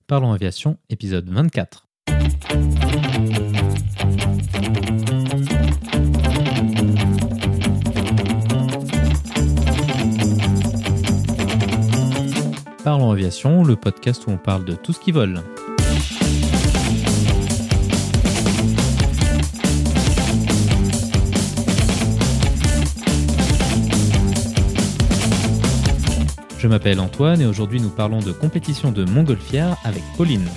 Parlons Aviation, épisode 24. Parlons Aviation, le podcast où on parle de tout ce qui vole. Je m'appelle Antoine et aujourd'hui nous parlons de compétition de montgolfière avec Pauline.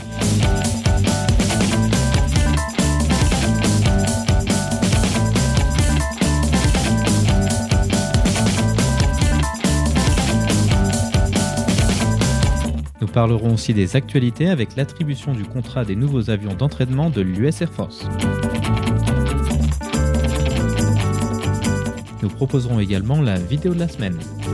Nous parlerons aussi des actualités avec l'attribution du contrat des nouveaux avions d'entraînement de l'US Air Force. Nous proposerons également la vidéo de la semaine.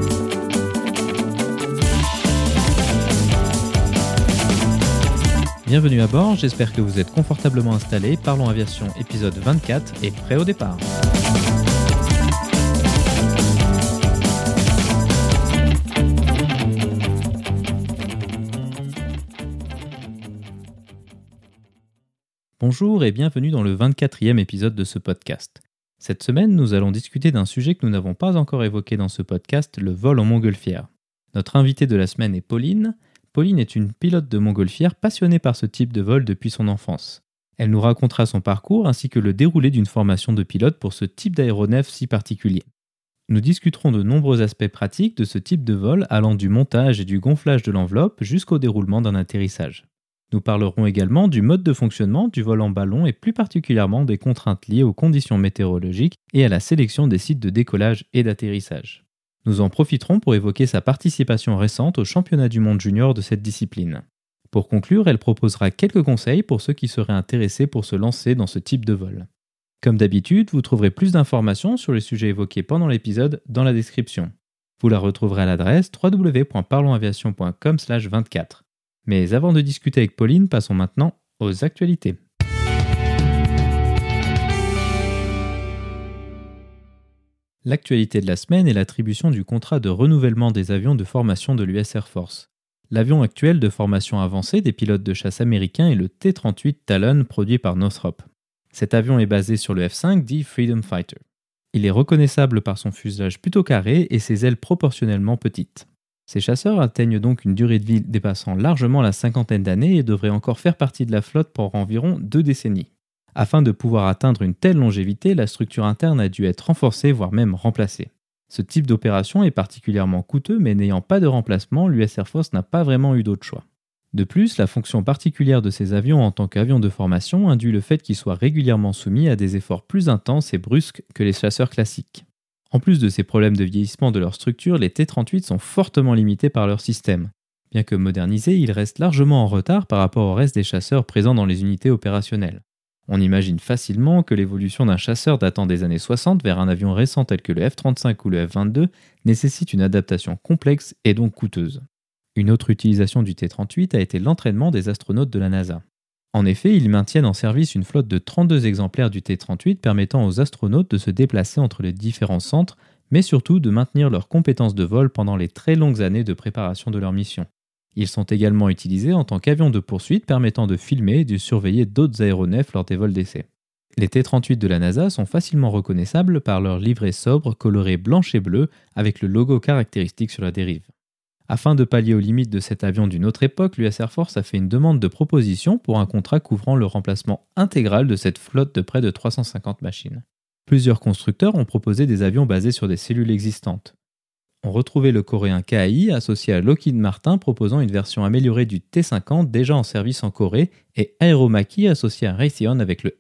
Bienvenue à bord, j'espère que vous êtes confortablement installés. Parlons Aviation épisode 24 et prêt au départ. Bonjour et bienvenue dans le 24e épisode de ce podcast. Cette semaine, nous allons discuter d'un sujet que nous n'avons pas encore évoqué dans ce podcast, le vol en montgolfière. Notre invitée de la semaine est Pauline. Pauline est une pilote de montgolfière passionnée par ce type de vol depuis son enfance. Elle nous racontera son parcours ainsi que le déroulé d'une formation de pilote pour ce type d'aéronef si particulier. Nous discuterons de nombreux aspects pratiques de ce type de vol allant du montage et du gonflage de l'enveloppe jusqu'au déroulement d'un atterrissage. Nous parlerons également du mode de fonctionnement du vol en ballon et plus particulièrement des contraintes liées aux conditions météorologiques et à la sélection des sites de décollage et d'atterrissage. Nous en profiterons pour évoquer sa participation récente au championnat du monde junior de cette discipline. Pour conclure, elle proposera quelques conseils pour ceux qui seraient intéressés pour se lancer dans ce type de vol. Comme d'habitude, vous trouverez plus d'informations sur les sujets évoqués pendant l'épisode dans la description. Vous la retrouverez à l'adresse www.parlonsaviation.com/24. Mais avant de discuter avec Pauline, passons maintenant aux actualités. L'actualité de la semaine est l'attribution du contrat de renouvellement des avions de formation de l'US Air Force. L'avion actuel de formation avancée des pilotes de chasse américains est le T-38 Talon produit par Northrop. Cet avion est basé sur le F-5 dit Freedom Fighter. Il est reconnaissable par son fuselage plutôt carré et ses ailes proportionnellement petites. Ces chasseurs atteignent donc une durée de vie dépassant largement la cinquantaine d'années et devraient encore faire partie de la flotte pour environ 2 décennies. Afin de pouvoir atteindre une telle longévité, la structure interne a dû être renforcée, voire même remplacée. Ce type d'opération est particulièrement coûteux, mais n'ayant pas de remplacement, l'US Air Force n'a pas vraiment eu d'autre choix. De plus, la fonction particulière de ces avions en tant qu'avions de formation induit le fait qu'ils soient régulièrement soumis à des efforts plus intenses et brusques que les chasseurs classiques. En plus de ces problèmes de vieillissement de leur structure, les T-38 sont fortement limités par leur système. Bien que modernisés, ils restent largement en retard par rapport au reste des chasseurs présents dans les unités opérationnelles. On imagine facilement que l'évolution d'un chasseur datant des années 60 vers un avion récent tel que le F-35 ou le F-22 nécessite une adaptation complexe et donc coûteuse. Une autre utilisation du T-38 a été l'entraînement des astronautes de la NASA. En effet, ils maintiennent en service une flotte de 32 exemplaires du T-38 permettant aux astronautes de se déplacer entre les différents centres, mais surtout de maintenir leurs compétences de vol pendant les très longues années de préparation de leur mission. Ils sont également utilisés en tant qu'avions de poursuite permettant de filmer et de surveiller d'autres aéronefs lors des vols d'essai. Les T-38 de la NASA sont facilement reconnaissables par leur livrée sobre colorée blanche et bleue avec le logo caractéristique sur la dérive. Afin de pallier aux limites de cet avion d'une autre époque, l'US Air Force a fait une demande de proposition pour un contrat couvrant le remplacement intégral de cette flotte de près de 350 machines. Plusieurs constructeurs ont proposé des avions basés sur des cellules existantes. On retrouvait le coréen KAI associé à Lockheed Martin proposant une version améliorée du T-50 déjà en service en Corée et Aeromaki associé à Raytheon avec le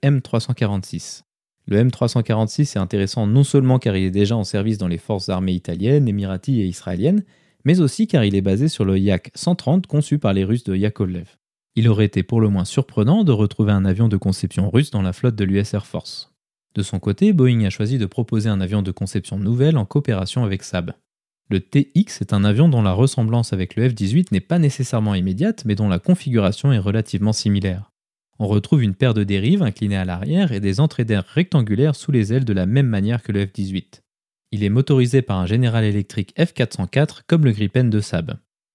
M346. Le M346 est intéressant non seulement car il est déjà en service dans les forces armées italiennes, émiraties et israéliennes, mais aussi car il est basé sur le Yak-130 conçu par les Russes de Yakovlev. Il aurait été pour le moins surprenant de retrouver un avion de conception russe dans la flotte de l'US Air Force. De son côté, Boeing a choisi de proposer un avion de conception nouvelle en coopération avec Saab. Le TX est un avion dont la ressemblance avec le F-18 n'est pas nécessairement immédiate, mais dont la configuration est relativement similaire. On retrouve une paire de dérives inclinées à l'arrière et des entrées d'air rectangulaires sous les ailes de la même manière que le F-18. Il est motorisé par un General Electric F404 comme le Gripen de Saab.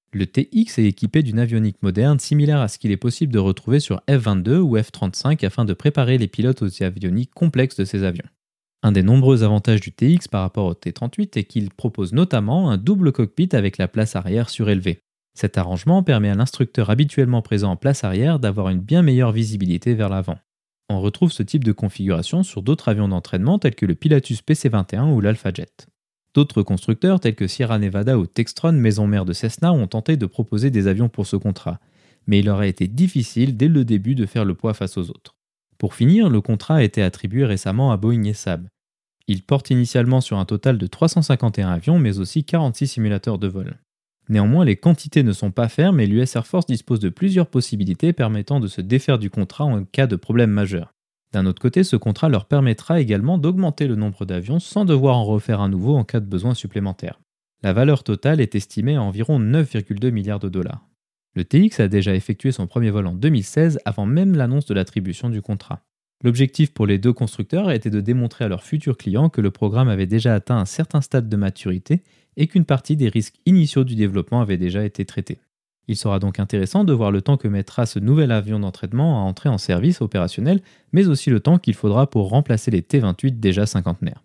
Le TX est équipé d'une avionique moderne similaire à ce qu'il est possible de retrouver sur F-22 ou F-35 afin de préparer les pilotes aux avioniques complexes de ces avions. Un des nombreux avantages du TX par rapport au T-38 est qu'il propose notamment un double cockpit avec la place arrière surélevée. Cet arrangement permet à l'instructeur habituellement présent en place arrière d'avoir une bien meilleure visibilité vers l'avant. On retrouve ce type de configuration sur d'autres avions d'entraînement tels que le Pilatus PC-21 ou l'Alpha Jet. D'autres constructeurs tels que Sierra Nevada ou Textron, maison mère de Cessna, ont tenté de proposer des avions pour ce contrat, mais il leur a été difficile dès le début de faire le poids face aux autres. Pour finir, le contrat a été attribué récemment à Boeing et Saab. Il porte initialement sur un total de 351 avions, mais aussi 46 simulateurs de vol. Néanmoins, les quantités ne sont pas fermes et l'US Air Force dispose de plusieurs possibilités permettant de se défaire du contrat en cas de problème majeur. D'un autre côté, ce contrat leur permettra également d'augmenter le nombre d'avions sans devoir en refaire un nouveau en cas de besoin supplémentaire. La valeur totale est estimée à environ 9,2 milliards de dollars. Le TX a déjà effectué son premier vol en 2016 avant même l'annonce de l'attribution du contrat. L'objectif pour les deux constructeurs a été de démontrer à leurs futurs clients que le programme avait déjà atteint un certain stade de maturité et qu'une partie des risques initiaux du développement avait déjà été traités. Il sera donc intéressant de voir le temps que mettra ce nouvel avion d'entraînement à entrer en service opérationnel, mais aussi le temps qu'il faudra pour remplacer les T-28 déjà cinquantenaires.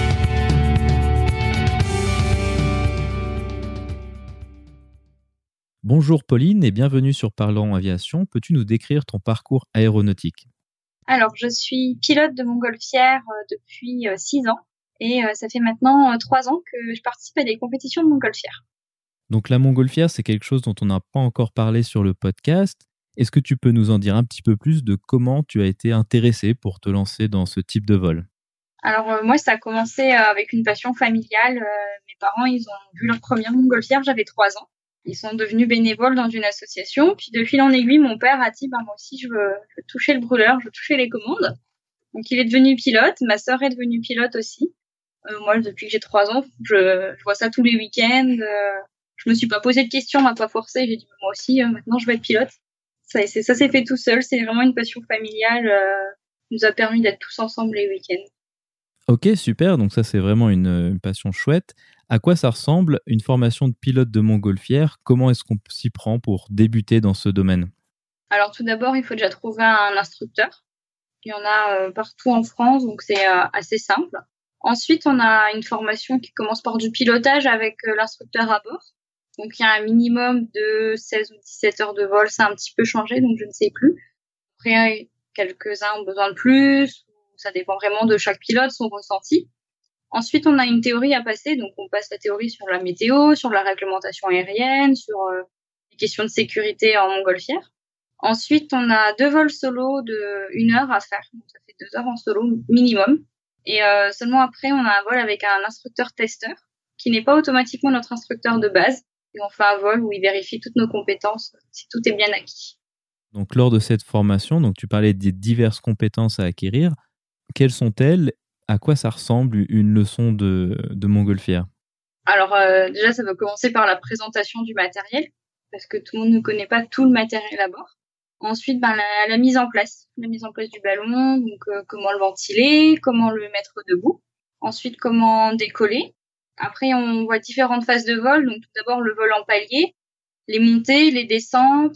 Bonjour Pauline et bienvenue sur Parlons Aviation. Peux-tu nous décrire ton parcours aéronautique ? Alors, je suis pilote de montgolfière depuis 6 ans et ça fait maintenant 3 ans que je participe à des compétitions de montgolfière. Donc la montgolfière, c'est quelque chose dont on n'a pas encore parlé sur le podcast. Est-ce que tu peux nous en dire un petit peu plus de comment tu as été intéressée pour te lancer dans ce type de vol ? Alors moi, ça a commencé avec une passion familiale. Mes parents, ils ont vu leur première montgolfière, j'avais 3 ans. Ils sont devenus bénévoles dans une association. Puis de fil en aiguille, mon père a dit moi aussi, je veux toucher le brûleur, je veux toucher les commandes. Donc il est devenu pilote. Ma sœur est devenue pilote aussi. Moi, depuis que j'ai 3 ans, je vois ça tous les week-ends. Je me suis pas posé de questions, on m'a pas forcé. J'ai dit moi aussi, maintenant je vais être pilote. Ça s'est fait tout seul. C'est vraiment une passion familiale. Qui nous a permis d'être tous ensemble les week-ends. Ok, super. Donc ça, c'est vraiment une passion chouette. À quoi ça ressemble une formation de pilote de montgolfière ? Comment est-ce qu'on s'y prend pour débuter dans ce domaine ? Alors tout d'abord, il faut déjà trouver un instructeur. Il y en a partout en France, donc c'est assez simple. Ensuite, on a une formation qui commence par du pilotage avec l'instructeur à bord. Donc, il y a un minimum de 16 ou 17 heures de vol. Ça a un petit peu changé, donc je ne sais plus. Après, quelques-uns ont besoin de plus. Ça dépend vraiment de chaque pilote, son ressenti. Ensuite, on a une théorie à passer. Donc, on passe la théorie sur la météo, sur la réglementation aérienne, sur les questions de sécurité en montgolfière. Ensuite, on a 2 vols solo de 1 heure à faire. Donc, ça fait 2 heures en solo minimum. Et seulement après, on a un vol avec un instructeur-testeur qui n'est pas automatiquement notre instructeur de base. Et on fait un vol où il vérifie toutes nos compétences, si tout est bien acquis. Donc lors de cette formation, donc tu parlais des diverses compétences à acquérir. Quelles sont-elles ? À quoi ça ressemble une leçon de montgolfière ? Alors déjà, ça va commencer par la présentation du matériel, parce que tout le monde ne connaît pas tout le matériel à bord. Ensuite, la mise en place du ballon, donc comment le ventiler, comment le mettre debout. Ensuite, comment décoller. Après, on voit différentes phases de vol. Donc tout d'abord, le vol en palier, les montées, les descentes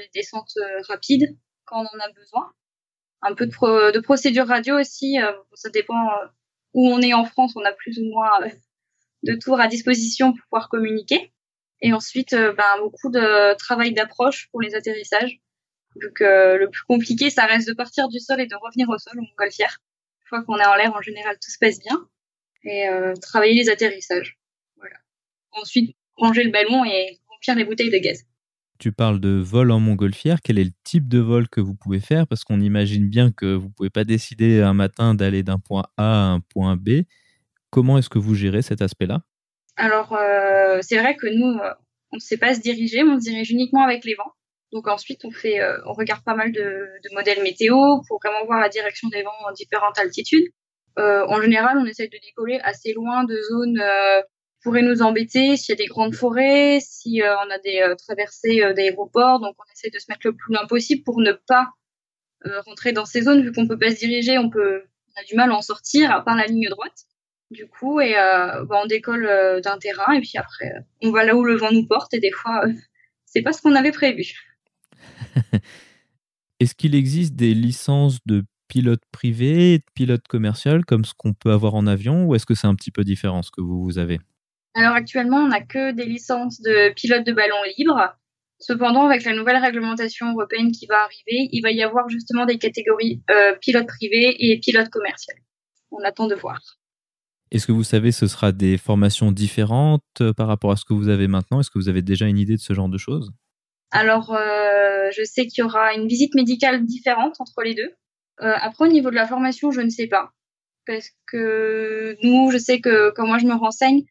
rapides quand on en a besoin. Un peu de procédure radio aussi. Ça dépend où on est en France. On a plus ou moins de tours à disposition pour pouvoir communiquer. Et ensuite, beaucoup de travail d'approche pour les atterrissages. Vu que le plus compliqué, ça reste de partir du sol et de revenir au sol en montgolfière. Une fois qu'on est en l'air, en général, tout se passe bien. Et travailler les atterrissages. Voilà. Ensuite, ranger le ballon et remplir les bouteilles de gaz. Tu parles de vol en montgolfière. Quel est le type de vol que vous pouvez faire ? Parce qu'on imagine bien que vous ne pouvez pas décider un matin d'aller d'un point A à un point B. Comment est-ce que vous gérez cet aspect-là ? Alors, c'est vrai que nous, on ne sait pas se diriger, on se dirige uniquement avec les vents. Donc ensuite, on regarde pas mal de modèles météo pour vraiment voir la direction des vents en différentes altitudes. En général, on essaye de décoller assez loin de zones qui pourraient nous embêter, s'il y a des grandes forêts, si on a des traversées d'aéroports. Donc on essaye de se mettre le plus loin possible pour ne pas rentrer dans ces zones, vu qu'on peut pas se diriger, on a du mal à en sortir, à part la ligne droite. Du coup, on décolle d'un terrain et puis après, on va là où le vent nous porte et des fois, c'est pas ce qu'on avait prévu. Est-ce qu'il existe des licences de pilote privé et de pilote commercial comme ce qu'on peut avoir en avion ou est-ce que c'est un petit peu différent ce que vous avez? Alors actuellement, on n'a que des licences de pilote de ballon libre. Cependant, avec la nouvelle réglementation européenne qui va arriver, il va y avoir justement des catégories pilote privé et pilote commercial. On attend de voir. Est-ce que vous savez ce sera des formations différentes par rapport à ce que vous avez maintenant? Est-ce que vous avez déjà une idée de ce genre de choses? Alors, je sais qu'il y aura une visite médicale différente entre les deux. Après, au niveau de la formation, je ne sais pas. Parce que nous, je sais que quand moi je me renseigne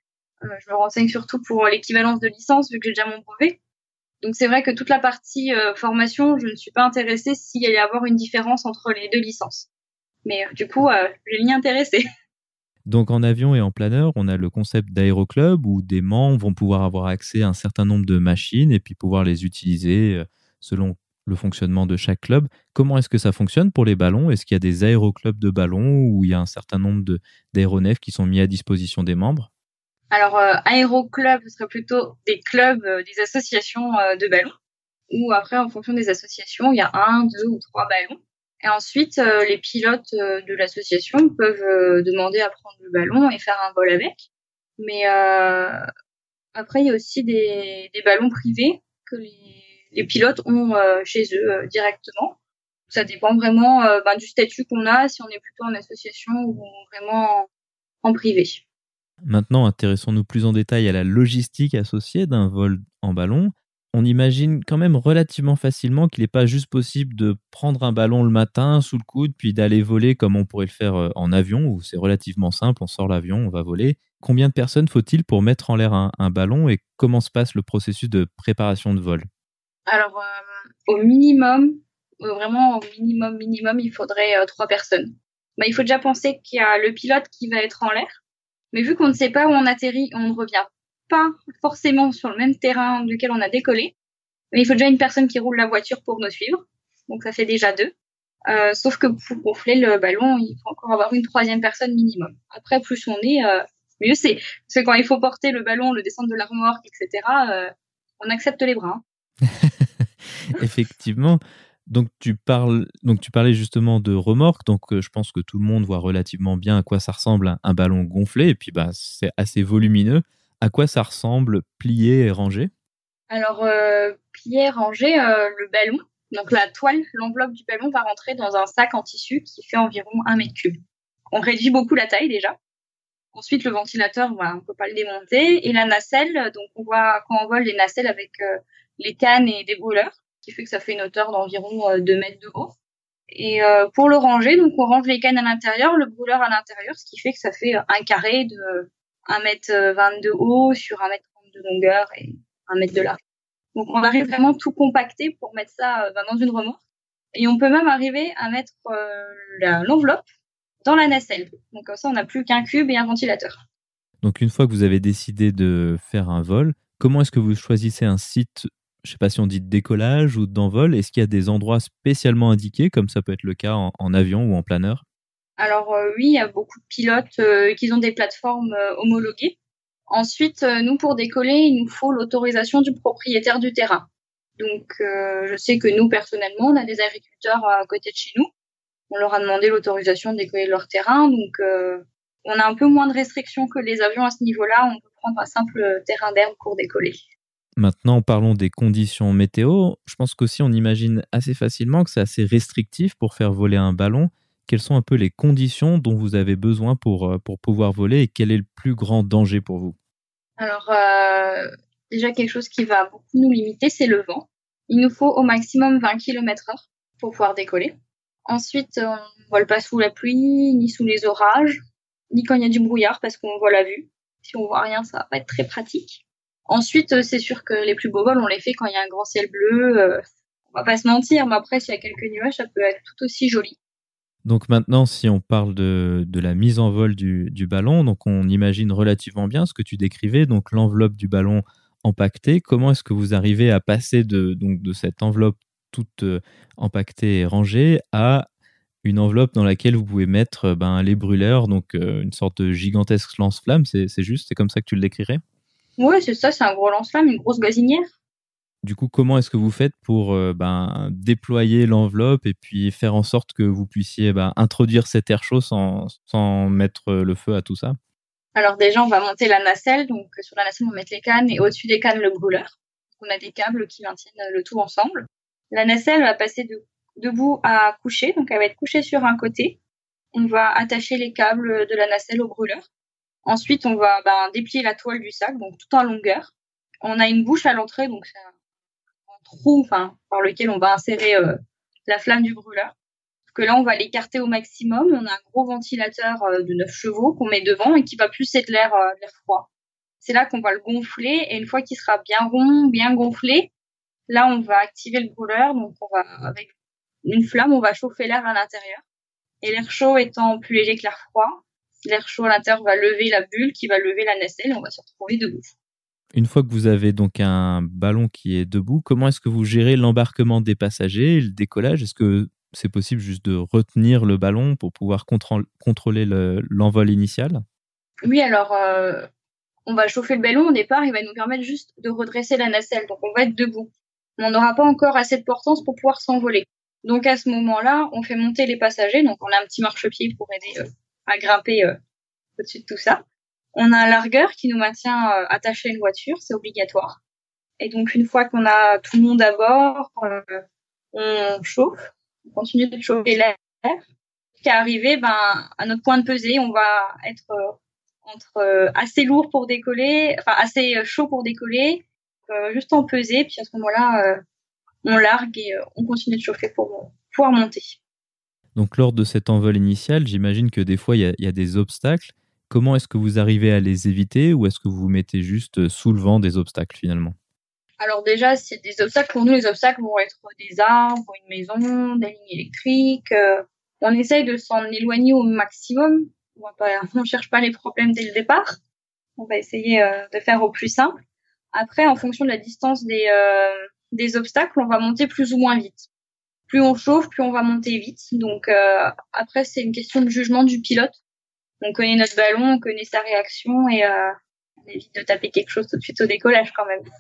surtout pour l'équivalence de licence, vu que j'ai déjà mon brevet. Donc c'est vrai que toute la partie formation, je ne suis pas intéressée s'il y allait y avoir une différence entre les deux licences. Mais du coup, je vais m'y intéresser. Donc en avion et en planeur, on a le concept d'aéroclub où des membres vont pouvoir avoir accès à un certain nombre de machines et puis pouvoir les utiliser selon le fonctionnement de chaque club. Comment est-ce que ça fonctionne pour les ballons? Est-ce qu'il y a des aéroclubs de ballons où il y a un certain nombre d'aéronefs qui sont mis à disposition des membres? Alors, aéroclub, ce serait plutôt des clubs, des associations de ballons. Ou après, en fonction des associations, il y a 1, 2 ou 3 ballons. Et ensuite, les pilotes de l'association peuvent demander à prendre le ballon et faire un vol avec. Mais après, il y a aussi des ballons privés que les pilotes ont chez eux directement. Ça dépend vraiment du statut qu'on a, si on est plutôt en association ou vraiment en privé. Maintenant, intéressons-nous plus en détail à la logistique associée d'un vol en ballon. On imagine quand même relativement facilement qu'il n'est pas juste possible de prendre un ballon le matin sous le coude puis d'aller voler comme on pourrait le faire en avion où c'est relativement simple, on sort l'avion, on va voler. Combien de personnes faut-il pour mettre en l'air un ballon et comment se passe le processus de préparation de vol? Alors, au minimum, vraiment au minimum, il faudrait 3 personnes. Il faut déjà penser qu'il y a le pilote qui va être en l'air, mais vu qu'on ne sait pas où on atterrit, on ne revient pas forcément sur le même terrain duquel on a décollé. Mais il faut déjà une personne qui roule la voiture pour nous suivre, donc ça fait déjà 2. Sauf que pour gonfler le ballon, il faut encore avoir une 3e personne minimum. Après, plus on est, mieux c'est. Parce que quand il faut porter le ballon, le descendre de la remorque, etc., on accepte les bras. Effectivement. Donc tu parlais justement de remorque. Donc je pense que tout le monde voit relativement bien à quoi ça ressemble un ballon gonflé. Et puis c'est assez volumineux. À quoi ça ressemble plié et rangé? Alors, plié, rangé, le ballon, donc la toile, l'enveloppe du ballon va rentrer dans un sac en tissu qui fait environ 1 mètre cube. On réduit beaucoup la taille déjà. Ensuite, le ventilateur, on peut pas le démonter. Et la nacelle, donc on voit quand on vole les nacelles avec les cannes et des brûleurs, qui fait que ça fait une hauteur d'environ 2 mètres de haut. Et pour le ranger, donc on range les cannes à l'intérieur, le brûleur à l'intérieur, ce qui fait que ça fait un carré de 1,20 m de haut sur 1,30 m de longueur et 1 mètre de large. Donc on arrive vraiment tout compacter pour mettre ça dans une remorque. Et on peut même arriver à mettre l'enveloppe dans la nacelle. Donc comme ça, on n'a plus qu'un cube et un ventilateur. Donc une fois que vous avez décidé de faire un vol, comment est-ce que vous choisissez un site, je ne sais pas si on dit de décollage ou d'envol? Est-ce qu'il y a des endroits spécialement indiqués, comme ça peut être le cas en avion ou en planeur? Alors oui, il y a beaucoup de pilotes qui ont des plateformes homologuées. Ensuite, nous, pour décoller, il nous faut l'autorisation du propriétaire du terrain. Donc, je sais que nous, personnellement, on a des agriculteurs à côté de chez nous. On leur a demandé l'autorisation de décoller leur terrain. Donc, on a un peu moins de restrictions que les avions à ce niveau-là. On peut prendre un simple terrain d'herbe pour décoller. Maintenant, parlons des conditions météo. Je pense qu'aussi on imagine assez facilement que c'est assez restrictif pour faire voler un ballon. Quelles sont un peu les conditions dont vous avez besoin pour pouvoir voler et quel est le plus grand danger pour vous? Alors, déjà, quelque chose qui va beaucoup nous limiter, c'est le vent. Il nous faut au maximum 20 km/h pour pouvoir décoller. Ensuite, on ne vole pas sous la pluie, ni sous les orages, ni quand il y a du brouillard parce qu'on vole à vue. Si on voit rien, ça va pas être très pratique. Ensuite, c'est sûr que les plus beaux vols, on les fait quand il y a un grand ciel bleu. On va pas se mentir, mais après, s'il y a quelques nuages, ça peut être tout aussi joli. Donc maintenant, si on parle de la mise en vol du ballon, donc on imagine relativement bien ce que tu décrivais, donc l'enveloppe du ballon empaquetée. Comment est-ce que vous arrivez à passer de cette enveloppe toute empaquetée et rangée à une enveloppe dans laquelle vous pouvez mettre les brûleurs, donc une sorte de gigantesque lance-flamme, c'est juste, c'est comme ça que tu le décrirais? Ouais, c'est ça, c'est un gros lance-flamme, une grosse gazinière. Du coup, comment est-ce que vous faites pour déployer l'enveloppe et puis faire en sorte que vous puissiez introduire cet air chaud sans mettre le feu à tout ça? Alors déjà, on va monter la nacelle. Donc sur la nacelle, on va mettre les cannes et au-dessus des cannes, le brûleur. On a des câbles qui maintiennent le tout ensemble. La nacelle va passer debout à coucher. Donc elle va être couchée sur un côté. On va attacher les câbles de la nacelle au brûleur. Ensuite, on va déplier la toile du sac, donc tout en longueur. On a une bouche à l'entrée, donc c'est un trou par lequel on va insérer la flamme du brûleur. Que là, on va l'écarter au maximum. On a un gros ventilateur de 9 chevaux qu'on met devant et qui va pousser de l'air froid. C'est là qu'on va le gonfler et une fois qu'il sera bien rond, bien gonflé, là, on va activer le brûleur. Donc, avec une flamme, on va chauffer l'air à l'intérieur. Et l'air chaud étant plus léger que l'air froid, l'air chaud à l'intérieur va lever la bulle qui va lever la nacelle et on va se retrouver debout. Une fois que vous avez donc un ballon qui est debout, comment est-ce que vous gérez l'embarquement des passagers et le décollage? Est-ce que c'est possible juste de retenir le ballon pour pouvoir contrôler l'envol initial? Oui, alors on va chauffer le ballon au départ, il va nous permettre juste de redresser la nacelle, donc on va être debout. Mais on n'aura pas encore assez de portance pour pouvoir s'envoler. Donc à ce moment-là, on fait monter les passagers, donc on a un petit marchepied pour aider à grimper au-dessus de tout ça. On a un largueur qui nous maintient attachés à une voiture, c'est obligatoire. Et donc une fois qu'on a tout le monde à bord, on chauffe, on continue de chauffer l'air. Jusqu'à arriver à notre point de pesée, on va être entre assez lourd pour décoller, assez chaud pour décoller, juste en pesée, puis à ce moment-là, on largue et on continue de chauffer pour pouvoir monter. Donc lors de cet envol initial, j'imagine que des fois il y a des obstacles. Comment est-ce que vous arrivez à les éviter ou est-ce que vous vous mettez juste sous le vent des obstacles finalement? Alors déjà, s'il y a des obstacles, pour nous, les obstacles vont être des arbres, une maison, des lignes électriques. On essaye de s'en éloigner au maximum. On cherche pas les problèmes dès le départ. On va essayer de faire au plus simple. Après, en fonction de la distance des obstacles, on va monter plus ou moins vite. Plus on chauffe, plus on va monter vite. Donc après, c'est une question de jugement du pilote. On connaît notre ballon, on connaît sa réaction et on évite de taper quelque chose tout de suite au décollage quand même.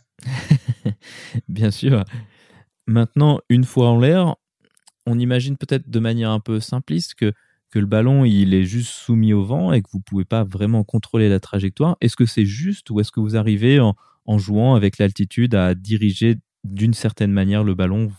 Bien sûr. Maintenant, une fois en l'air, on imagine peut-être de manière un peu simpliste que le ballon, il est juste soumis au vent et que vous ne pouvez pas vraiment contrôler la trajectoire. Est-ce que c'est juste ou est-ce que vous arrivez en jouant avec l'altitude à diriger d'une certaine manière le ballon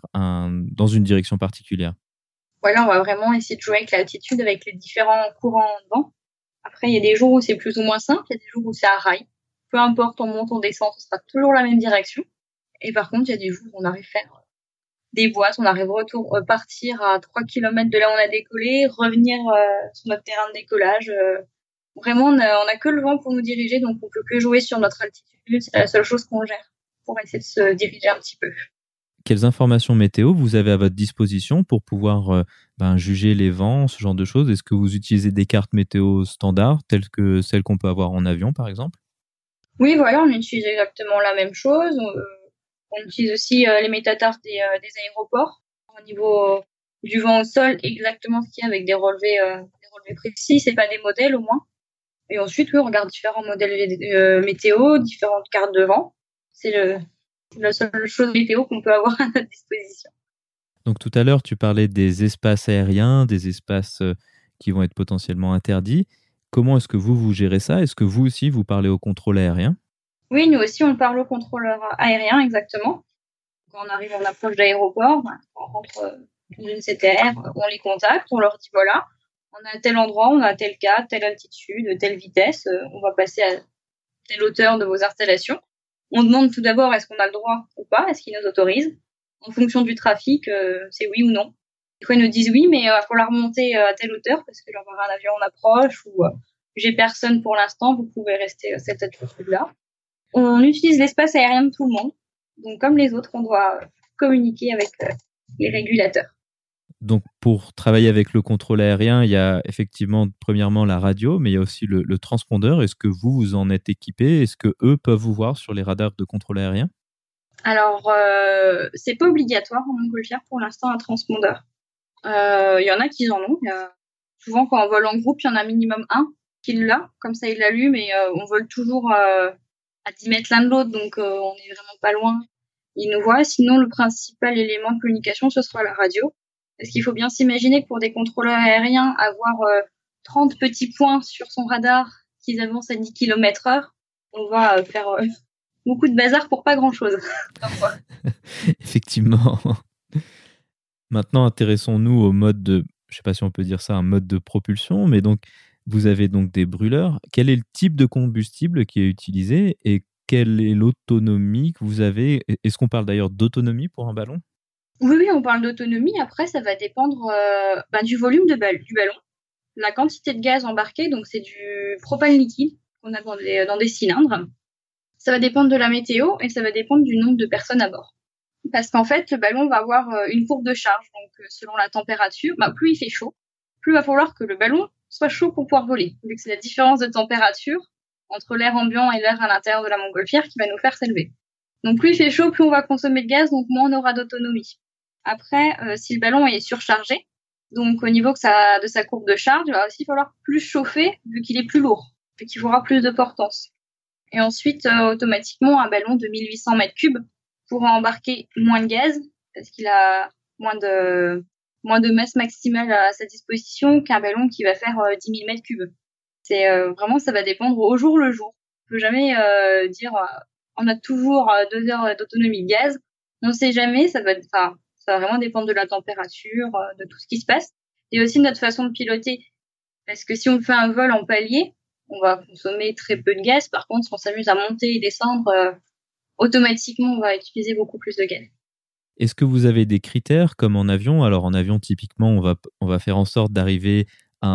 dans une direction particulière? Voilà, on va vraiment essayer de jouer avec l'altitude, avec les différents courants de vent. Après, il y a des jours où c'est plus ou moins simple, il y a des jours où c'est à rail. Peu importe, on monte, on descend, ce sera toujours la même direction. Et par contre, il y a des jours où on arrive à faire des boîtes, on arrive partir à 3 km de là où on a décollé, revenir sur notre terrain de décollage. Vraiment, on a que le vent pour nous diriger, donc on peut que jouer sur notre altitude. C'est la seule chose qu'on gère pour essayer de se diriger un petit peu. Quelles informations météo vous avez à votre disposition pour pouvoir juger les vents, ce genre de choses? Est-ce que vous utilisez des cartes météo standards, telles que celles qu'on peut avoir en avion, par exemple? Oui, voilà, on utilise exactement la même chose. On utilise aussi les métatarses des aéroports. Au niveau du vent au sol, exactement ce qu'il y a avec des relevés précis. C'est pas des modèles au moins. Et ensuite, oui, on regarde différents modèles météo, différentes cartes de vent. C'est la seule chose météo qu'on peut avoir à notre disposition. Donc tout à l'heure, tu parlais des espaces aériens, des espaces qui vont être potentiellement interdits. Comment est-ce que vous gérez ça? Est-ce que vous aussi, vous parlez au contrôle aérien? Oui, nous aussi, on parle au contrôleur aérien, exactement. Quand on arrive en approche d'aéroport, on rentre dans une CTR, on les contacte, on leur dit voilà, on est à tel endroit, on a tel cadre, telle altitude, telle vitesse, on va passer à telle hauteur de vos installations. On demande tout d'abord est-ce qu'on a le droit ou pas, est-ce qu'ils nous autorisent. En fonction du trafic, c'est oui ou non. Des fois, ils nous disent oui, mais il va falloir monter à telle hauteur parce que j'aurai un avion en approche ou j'ai personne pour l'instant, vous pouvez rester à cette altitude-là. On utilise l'espace aérien de tout le monde. Donc, comme les autres, on doit communiquer avec les régulateurs. Donc pour travailler avec le contrôle aérien, il y a effectivement, premièrement, la radio, mais il y a aussi le transpondeur. Est-ce que vous en êtes équipé? Est-ce qu'eux peuvent vous voir sur les radars de contrôle aérien? Alors, c'est pas obligatoire en montgolfière pour l'instant un transpondeur. Il y en a qui en ont. Souvent, quand on vole en groupe, il y en a minimum un qui l'a. Comme ça, il l'allume et on vole toujours à 10 mètres l'un de l'autre, donc on est vraiment pas loin. il nous voit. Sinon, le principal élément de communication, ce sera la radio. Parce qu'il faut bien s'imaginer que pour des contrôleurs aériens, avoir 30 petits points sur son radar qui avancent à 10 km/h, on va faire beaucoup de bazar pour pas grand-chose. Effectivement. Maintenant, intéressons-nous au mode de, je ne sais pas si on peut dire ça, un mode de propulsion, mais donc vous avez donc des brûleurs. Quel est le type de combustible qui est utilisé et quelle est l'autonomie que vous avez? Est-ce qu'on parle d'ailleurs d'autonomie pour un ballon? Oui, on parle d'autonomie. Après, ça va dépendre du volume du ballon, la quantité de gaz embarqué. Donc, c'est du propane liquide qu'on a dans des cylindres. Ça va dépendre de la météo et ça va dépendre du nombre de personnes à bord. Parce qu'en fait, le ballon va avoir une courbe de charge. Donc, selon la température, plus il fait chaud, plus il va falloir que le ballon soit chaud pour pouvoir voler. Vu que c'est la différence de température entre l'air ambiant et l'air à l'intérieur de la montgolfière qui va nous faire s'élever. Donc, plus il fait chaud, plus on va consommer de gaz, donc moins on aura d'autonomie. Après, si le ballon est surchargé, donc au niveau de sa courbe de charge, il va aussi falloir plus chauffer vu qu'il est plus lourd, vu qu'il faudra plus de portance. Et ensuite, automatiquement, un ballon de 1800 mètres cubes pourra embarquer moins de gaz parce qu'il a moins de masse maximale à sa disposition qu'un ballon qui va faire 10 000 mètres cubes. C'est vraiment, ça va dépendre au jour le jour. On peut jamais dire on a toujours 2 heures d'autonomie de gaz. On ne sait jamais. Ça va vraiment dépendre de la température, de tout ce qui se passe, et aussi de notre façon de piloter. Parce que si on fait un vol en palier, on va consommer très peu de gaz. Par contre, si on s'amuse à monter et descendre, automatiquement, on va utiliser beaucoup plus de gaz. Est-ce que vous avez des critères comme en avion? Alors en avion, typiquement, on va faire en sorte d'arriver à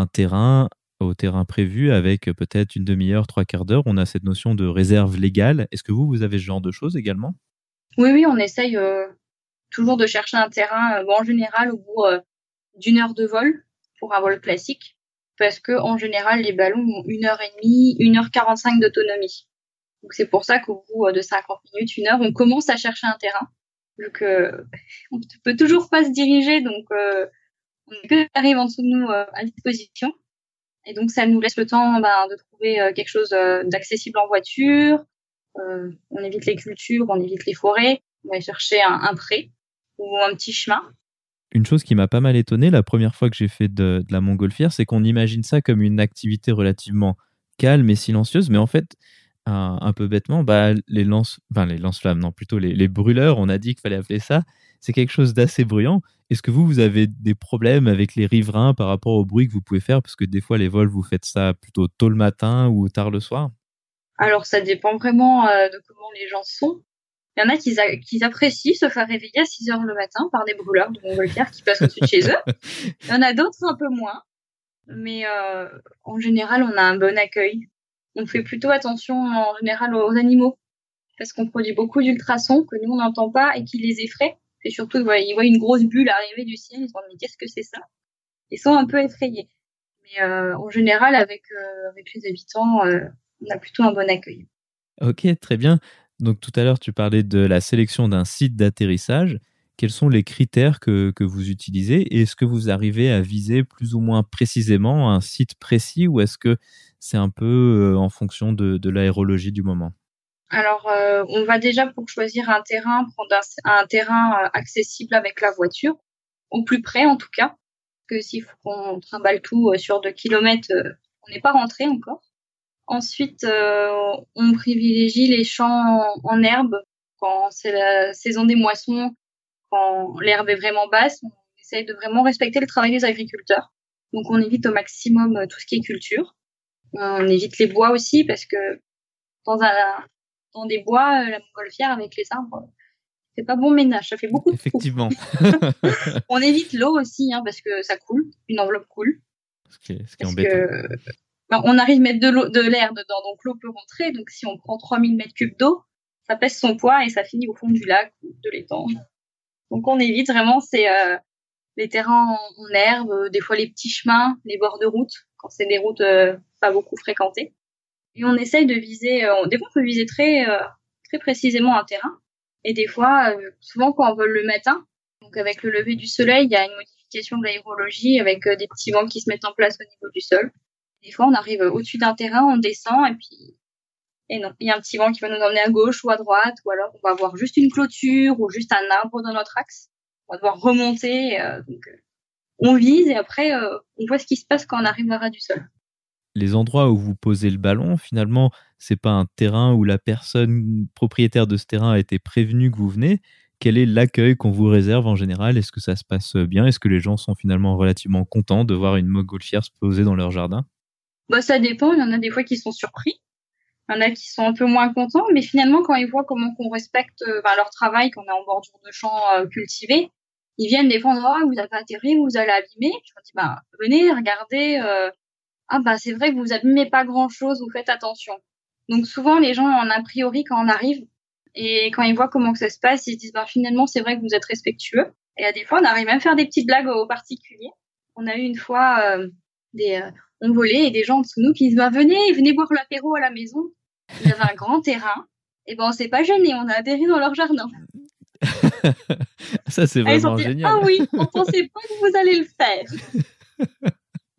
au terrain prévu avec peut-être une demi-heure, 3/4 d'heure. On a cette notion de réserve légale. Est-ce que vous avez ce genre de choses également? Oui, on essaye toujours de chercher un terrain, en général, au bout d'une heure de vol pour un vol classique. Parce que en général, les ballons ont 1h30, 1h45 d'autonomie. Donc c'est pour ça qu'au bout de 50 minutes, 1 heure, on commence à chercher un terrain. Vu que on ne peut toujours pas se diriger, donc on n'a que arrive en dessous de nous à disposition. Et donc ça nous laisse le temps de trouver quelque chose d'accessible en voiture. On évite les cultures, on évite les forêts. On va chercher un pré ou un petit chemin. Une chose qui m'a pas mal étonné la première fois que j'ai fait de la montgolfière, c'est qu'on imagine ça comme une activité relativement calme et silencieuse, mais en fait, un peu bêtement, les lance-flammes, non, plutôt les brûleurs, on a dit qu'il fallait appeler ça, c'est quelque chose d'assez bruyant. Est-ce que vous avez des problèmes avec les riverains par rapport au bruit que vous pouvez faire? Parce que des fois, les vols, vous faites ça plutôt tôt le matin ou tard le soir? Alors ça dépend vraiment de comment les gens sont. Il y en a qui apprécient se faire réveiller à 6 heures le matin par des brûleurs de montgolfière qui passent au-dessus de chez eux. Il y en a d'autres un peu moins. Mais en général, on a un bon accueil. On fait plutôt attention en général aux animaux parce qu'on produit beaucoup d'ultrasons que nous on n'entend pas et qui les effraient. Et surtout, ils voient une grosse bulle arriver du ciel, ils se demandent mais qu'est-ce que c'est ça? Ils sont un peu effrayés. Mais en général, avec les habitants, on a plutôt un bon accueil. Ok, très bien. Donc tout à l'heure, tu parlais de la sélection d'un site d'atterrissage. Quels sont les critères que vous utilisez? Et est-ce que vous arrivez à viser plus ou moins précisément un site précis ou est-ce que c'est un peu en fonction de l'aérologie du moment? Alors, on va déjà pour choisir un terrain, prendre un terrain accessible avec la voiture, au plus près en tout cas. Parce que s'il faut qu'on trimballe tout sur 2 kilomètres, on n'est pas rentré encore. Ensuite, on privilégie les champs en herbe quand c'est la saison des moissons, quand l'herbe est vraiment basse. On essaye de vraiment respecter le travail des agriculteurs. Donc, on évite au maximum tout ce qui est culture. On évite les bois aussi parce que dans des bois, la montgolfière avec les arbres, c'est pas bon ménage. Ça fait beaucoup de trous. Effectivement. On évite l'eau aussi parce que ça coule. Une enveloppe coule. Ce qui est embêtant. On arrive à mettre de l'air dedans, donc l'eau peut rentrer. Donc si on prend 3000 mètres cubes d'eau, ça pèse son poids et ça finit au fond du lac ou de l'étang. Donc on évite vraiment les terrains en herbe, des fois les petits chemins, les bords de route, quand c'est des routes pas beaucoup fréquentées. Et on essaye de viser, des fois on peut viser très précisément un terrain. Et des fois, souvent quand on vole le matin, donc avec le lever du soleil, il y a une modification de l'aérologie avec des petits vents qui se mettent en place au niveau du sol. Des fois, on arrive au-dessus d'un terrain, on descend Et non, il y a un petit vent qui va nous emmener à gauche ou à droite, ou alors on va avoir juste une clôture ou juste un arbre dans notre axe. On va devoir remonter, on vise et après on voit ce qui se passe quand on arrive à ras du sol. Les endroits où vous posez le ballon, finalement, c'est pas un terrain où la personne propriétaire de ce terrain a été prévenue que vous venez. Quel est l'accueil qu'on vous réserve en général? Est-ce que ça se passe bien? Est-ce que les gens sont finalement relativement contents de voir une montgolfière se poser dans leur jardin? Ça dépend, il y en a des fois qui sont surpris, il y en a qui sont un peu moins contents, mais finalement quand ils voient comment qu'on respecte leur travail, qu'on est en bordure de champs cultivés, ils viennent défendre: «Ah, vous avez atterri, vous allez abîmer». Je leur dis: venez, regardez, c'est vrai que vous abîmez pas grand-chose, vous faites attention». Donc souvent les gens ont un a priori quand on arrive et quand ils voient comment que ça se passe, ils se disent: finalement c'est vrai que vous êtes respectueux. Et à des fois on arrive même à faire des petites blagues aux particuliers. On a eu une fois des on volait et des gens en dessous de nous qui disent: venez boire l'apéro à la maison». Ils avaient un grand terrain et on s'est pas gênés, on a atterri dans leur jardin. Ça, c'est Ils ont vraiment dit: génial. «Ah oui, on pensait pas que vous allez le faire».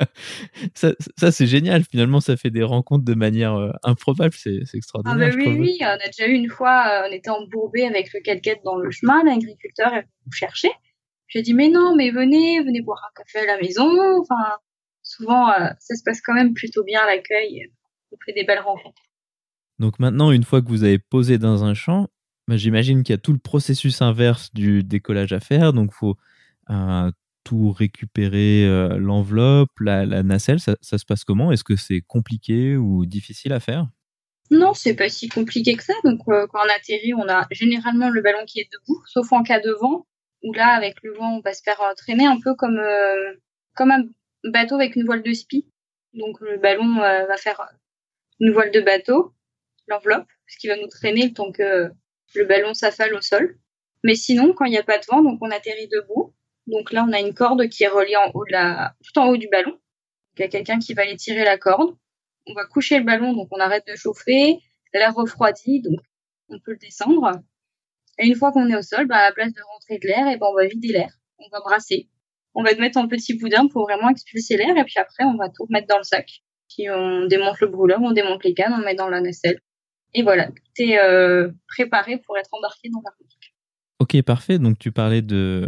Ça, c'est génial. Finalement, ça fait des rencontres de manière improbable. C'est Ah extraordinaire, je oui, trouve. oui, on a déjà eu une fois, on était embourbés avec le calquette dans le chemin, l'agriculteur est venu nous chercher. J'ai dit: «Mais non, mais venez boire un café à la maison». Enfin, souvent, ça se passe quand même plutôt bien l'accueil, on fait des belles rencontres. Donc maintenant, une fois que vous avez posé dans un champ, j'imagine qu'il y a tout le processus inverse du décollage à faire. Donc, il faut euh, tout récupérer, l'enveloppe, la nacelle. Ça se passe comment? Est-ce que c'est compliqué ou difficile à faire? Non, c'est pas si compliqué que ça. Donc, quand on atterrit, on a généralement le ballon qui est debout, sauf en cas de vent, où là, avec le vent, on va se faire traîner un peu comme un bateau avec une voile de scie. Donc, le ballon va faire une voile de bateau, l'enveloppe, ce qui va nous traîner le temps que le ballon s'affale au sol. Mais sinon, quand il n'y a pas de vent, donc on atterrit debout. Donc là, on a une corde qui est reliée tout en haut du ballon. Donc, il y a quelqu'un qui va aller tirer la corde. On va coucher le ballon, donc on arrête de chauffer. L'air refroidit, donc on peut le descendre. Et une fois qu'on est au sol, à la place de rentrer de l'air, on va vider l'air. On va brasser. On va le mettre en petit boudin pour vraiment expulser l'air. Et puis après, on va tout remettre dans le sac. Puis on démonte le brûleur, on démonte les cannes, on met dans la nacelle. Et voilà, tout est préparé pour être embarqué dans la route. Ok, parfait. Donc, tu parlais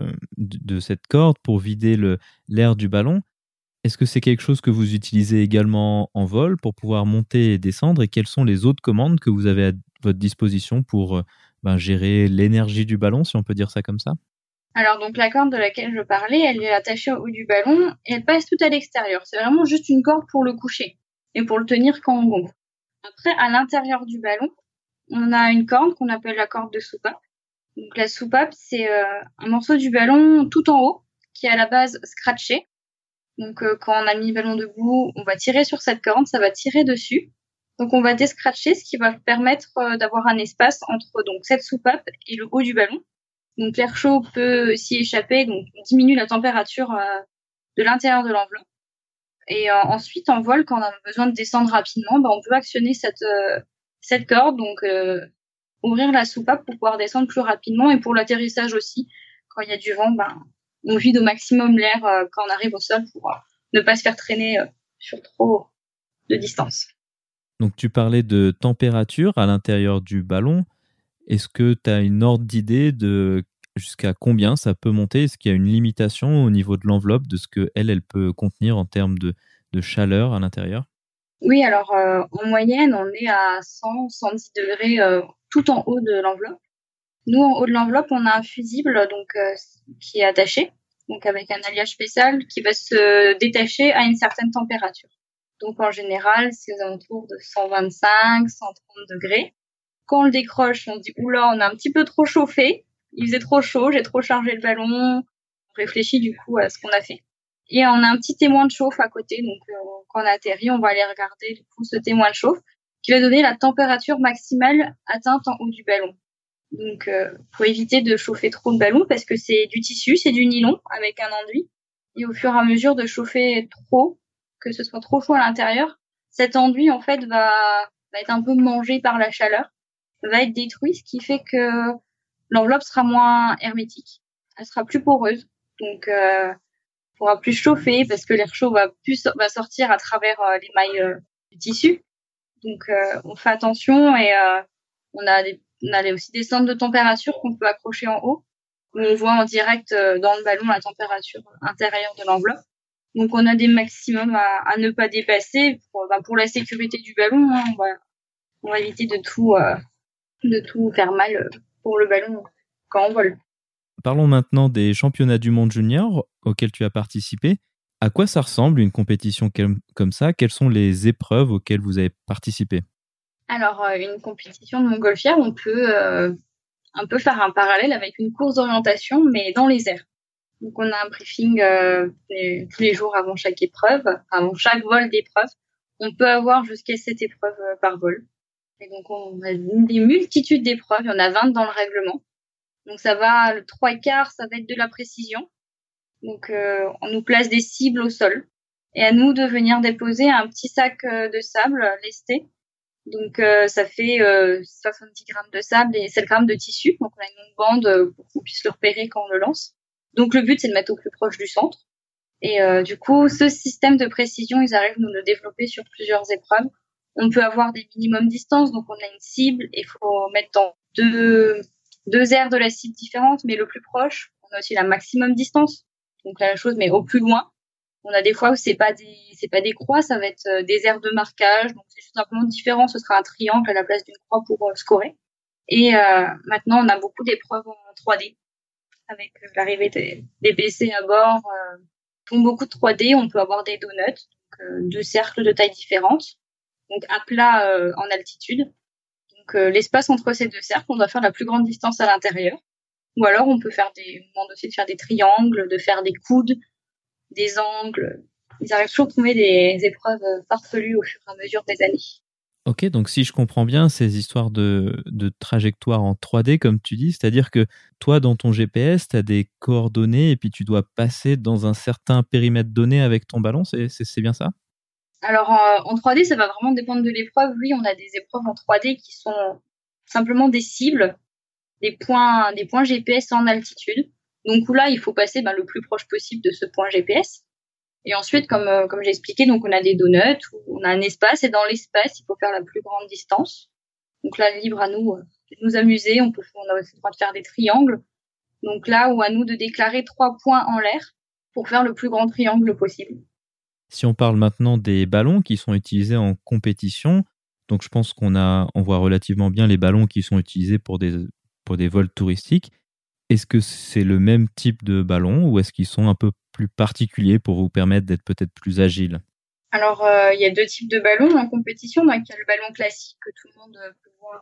de cette corde pour vider l'air du ballon. Est-ce que c'est quelque chose que vous utilisez également en vol pour pouvoir monter et descendre? Et quelles sont les autres commandes que vous avez à votre disposition pour gérer l'énergie du ballon, si on peut dire ça comme ça? Alors donc la corde de laquelle je parlais, elle est attachée au haut du ballon et elle passe tout à l'extérieur. C'est vraiment juste une corde pour le coucher et pour le tenir quand on gonfle. Après, à l'intérieur du ballon, on a une corde qu'on appelle la corde de soupape. Donc la soupape, c'est un morceau du ballon tout en haut qui est à la base scratché. Donc quand on a mis le ballon debout, on va tirer sur cette corde, ça va tirer dessus. Donc on va descratcher, ce qui va permettre d'avoir un espace entre donc cette soupape et le haut du ballon. Donc l'air chaud peut s'y échapper, donc on diminue la température de l'intérieur de l'enveloppe. Et ensuite, en vol, quand on a besoin de descendre rapidement, on peut actionner cette corde, donc ouvrir la soupape pour pouvoir descendre plus rapidement. Et pour l'atterrissage aussi, quand il y a du vent, on vide au maximum l'air quand on arrive au sol pour ne pas se faire traîner sur trop de distance. Donc, tu parlais de température à l'intérieur du ballon. Est-ce que tu as une ordre d'idée de jusqu'à combien ça peut monter? Est-ce qu'il y a une limitation au niveau de l'enveloppe de ce qu'elle peut contenir en termes de chaleur à l'intérieur? Oui, alors en moyenne, on est à 100, 110 degrés tout en haut de l'enveloppe. Nous, en haut de l'enveloppe, on a un fusible donc qui est attaché, donc avec un alliage spécial qui va se détacher à une certaine température. Donc en général, c'est aux alentours de 125, 130 degrés. Quand on le décroche, on se dit oula, on a un petit peu trop chauffé, il faisait trop chaud, j'ai trop chargé le ballon. On réfléchit du coup à ce qu'on a fait. Et on a un petit témoin de chauffe à côté, donc quand on atterrit, on va aller regarder du coup ce témoin de chauffe qui va donner la température maximale atteinte en haut du ballon. Donc, faut éviter de chauffer trop le ballon parce que c'est du tissu, c'est du nylon avec un enduit. Et au fur et à mesure de chauffer trop, que ce soit trop chaud à l'intérieur, cet enduit en fait va être un peu mangé par la chaleur, va être détruit, ce qui fait que l'enveloppe sera moins hermétique, elle sera plus poreuse, donc pourra plus chauffer parce que l'air chaud va sortir à travers les mailles du tissu. Donc, on fait attention et on a aussi des centres de température qu'on peut accrocher en haut, où on voit en direct dans le ballon la température intérieure de l'enveloppe. Donc, on a des maximums à ne pas dépasser pour la sécurité du ballon. Hein, on va éviter de tout faire mal pour le ballon quand on vole. Parlons maintenant des championnats du monde junior auxquels tu as participé. À quoi ça ressemble une compétition comme ça? Quelles sont les épreuves auxquelles vous avez participé? Alors, une compétition de montgolfière, on peut un peu faire un parallèle avec une course d'orientation, mais dans les airs. Donc, on a un briefing tous les jours avant chaque épreuve, avant chaque vol d'épreuve. On peut avoir jusqu'à 7 épreuves par vol. Et donc, on a des multitudes d'épreuves. Il y en a 20 dans le règlement. Donc, ça va, le 3/4, ça va être de la précision. Donc, on nous place des cibles au sol. Et à nous de venir déposer un petit sac de sable lesté. Donc, ça fait 70 grammes de sable et 7 grammes de tissu. Donc, on a une longue bande pour qu'on puisse le repérer quand on le lance. Donc, le but, c'est de mettre au plus proche du centre. Et du coup, ce système de précision, ils arrivent à nous le développer sur plusieurs épreuves. On peut avoir des minimums distances. Donc, on a une cible et il faut mettre dans deux aires de la cible différentes, mais le plus proche. On a aussi la maximum distance. Donc, la même chose, mais au plus loin. On a des fois où c'est pas des croix, ça va être des aires de marquage. Donc, c'est juste simplement différent. Ce sera un triangle à la place d'une croix pour scorer. Et maintenant, on a beaucoup d'épreuves en 3D avec l'arrivée des PC à bord. Font beaucoup de 3D. On peut avoir des donuts, donc, 2 cercles de tailles différentes, donc à plat en altitude. Donc, l'espace entre ces 2 cercles, on doit faire la plus grande distance à l'intérieur. Ou alors, on demande aussi de faire des triangles, de faire des coudes, des angles. Ils arrivent toujours à trouver des épreuves farfelues au fur et à mesure des années. Ok, donc si je comprends bien, ces histoires de trajectoire en 3D, comme tu dis, c'est-à-dire que toi, dans ton GPS, tu as des coordonnées et puis tu dois passer dans un certain périmètre donné avec ton ballon, c'est bien ça? Alors, en 3D, ça va vraiment dépendre de l'épreuve. Oui, on a des épreuves en 3D qui sont simplement des cibles, des points GPS en altitude. Donc, où là, il faut passer le plus proche possible de ce point GPS. Et ensuite, comme j'ai expliqué, donc on a des donuts, où on a un espace, et dans l'espace, il faut faire la plus grande distance. Donc là, libre à nous de nous amuser. On a aussi le droit de faire des triangles. Donc là, où à nous de déclarer 3 points en l'air pour faire le plus grand triangle possible. Si on parle maintenant des ballons qui sont utilisés en compétition, donc je pense on voit relativement bien les ballons qui sont utilisés pour des vols touristiques. Est-ce que c'est le même type de ballon ou est-ce qu'ils sont un peu plus particuliers pour vous permettre d'être peut-être plus agile? Alors, il y a 2 types de ballons en compétition. Donc, il y a le ballon classique que tout le monde peut voir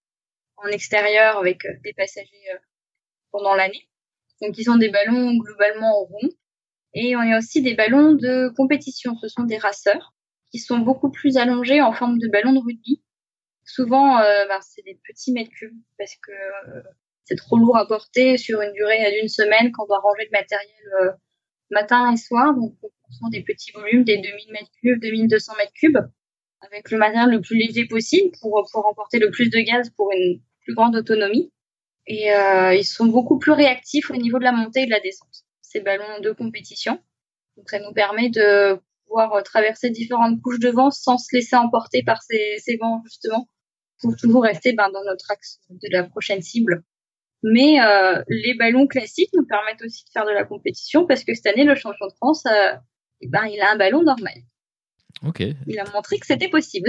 en extérieur avec des passagers pendant l'année. Donc, ils sont des ballons globalement ronds. Et on a aussi des ballons de compétition. Ce sont des raceurs qui sont beaucoup plus allongés en forme de ballon de rugby. Souvent, c'est des petits mètres cubes parce que c'est trop lourd à porter sur une durée d'une semaine quand on doit ranger le matériel matin et soir. Donc, on prend des petits volumes, des 2000 mètres cubes, 2200 mètres cubes, avec le matériel le plus léger possible pour emporter le plus de gaz pour une plus grande autonomie. Et ils sont beaucoup plus réactifs au niveau de la montée et de la descente, ces ballons de compétition. Donc, ça nous permet de pouvoir traverser différentes couches de vent sans se laisser emporter par ces vents, justement, pour toujours rester dans notre axe de la prochaine cible. Mais les ballons classiques nous permettent aussi de faire de la compétition parce que cette année, le champion de France, il a un ballon normal. Ok. Il a montré que c'était possible.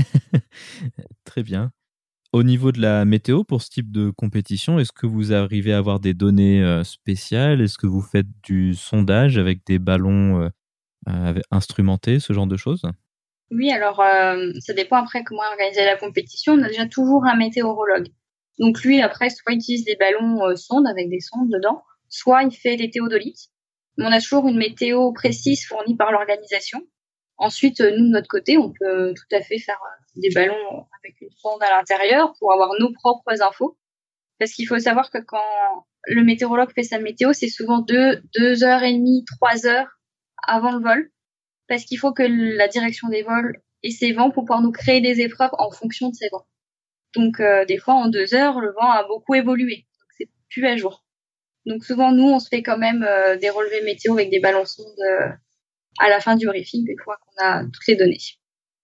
Très bien. Au niveau de la météo, pour ce type de compétition, est-ce que vous arrivez à avoir des données spéciales? Est-ce que vous faites du sondage avec des ballons instrumentés, ce genre de choses? Oui, alors ça dépend après comment organiser la compétition. On a déjà toujours un météorologue. Donc lui, après, soit il utilise des ballons sondes avec des sondes dedans, soit il fait des théodolites. Mais on a toujours une météo précise fournie par l'organisation. Ensuite, nous, de notre côté, on peut tout à fait faire des ballons avec une sonde à l'intérieur pour avoir nos propres infos. Parce qu'il faut savoir que quand le météorologue fait sa météo, c'est souvent 2 heures et demie, 3 heures avant le vol. Parce qu'il faut que la direction des vols ait ses vents pour pouvoir nous créer des épreuves en fonction de ces vents. Donc, des fois, en 2 heures, le vent a beaucoup évolué. Donc, c'est plus à jour. Donc, souvent, nous, on se fait quand même des relevés météo avec des ballons sondes à la fin du briefing, une fois qu'on a toutes les données.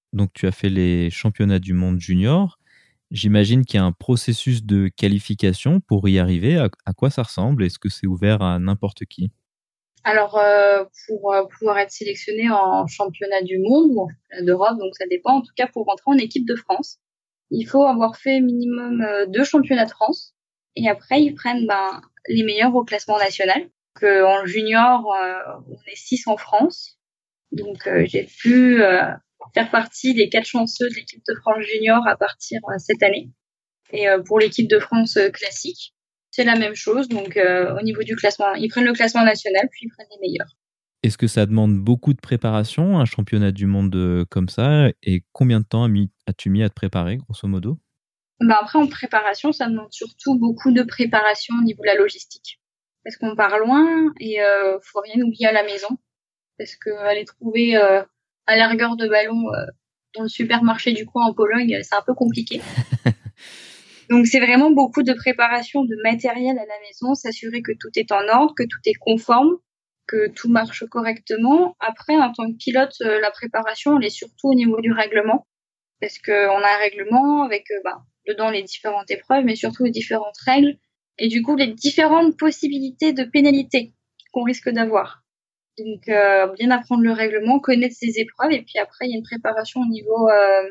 Donc, tu as fait les championnats du monde junior. J'imagine qu'il y a un processus de qualification pour y arriver. À quoi ça ressemble? Est-ce que c'est ouvert à n'importe qui? Alors, pour pouvoir être sélectionné en championnat du monde ou en championnat d'Europe, donc ça dépend. En tout cas, pour rentrer en équipe de France, il faut avoir fait minimum 2 championnats de France. Et après, ils prennent les meilleurs au classement national. Donc, en junior, on est 6 en France. Donc, j'ai pu faire partie des 4 chanceux de l'équipe de France junior à partir cette année. Et pour l'équipe de France classique, c'est la même chose. Donc, au niveau du classement, ils prennent le classement national, puis ils prennent les meilleurs. Est-ce que ça demande beaucoup de préparation, un championnat du monde comme ça? Et combien de temps as-tu mis à te préparer, grosso modo? Après, en préparation, ça demande surtout beaucoup de préparation au niveau de la logistique. Parce qu'on part loin et faut rien oublier à la maison. Parce que aller trouver à largueur de ballon dans le supermarché du coin en Pologne, c'est un peu compliqué. Donc, c'est vraiment beaucoup de préparation de matériel à la maison, s'assurer que tout est en ordre, que tout est conforme, que tout marche correctement. Après, en tant que pilote, la préparation, elle est surtout au niveau du règlement. Parce qu'on a un règlement avec dedans les différentes épreuves, mais surtout les différentes règles. Et du coup, les différentes possibilités de pénalité qu'on risque d'avoir. Donc, bien apprendre le règlement, connaître ses épreuves. Et puis après, il y a une préparation au niveau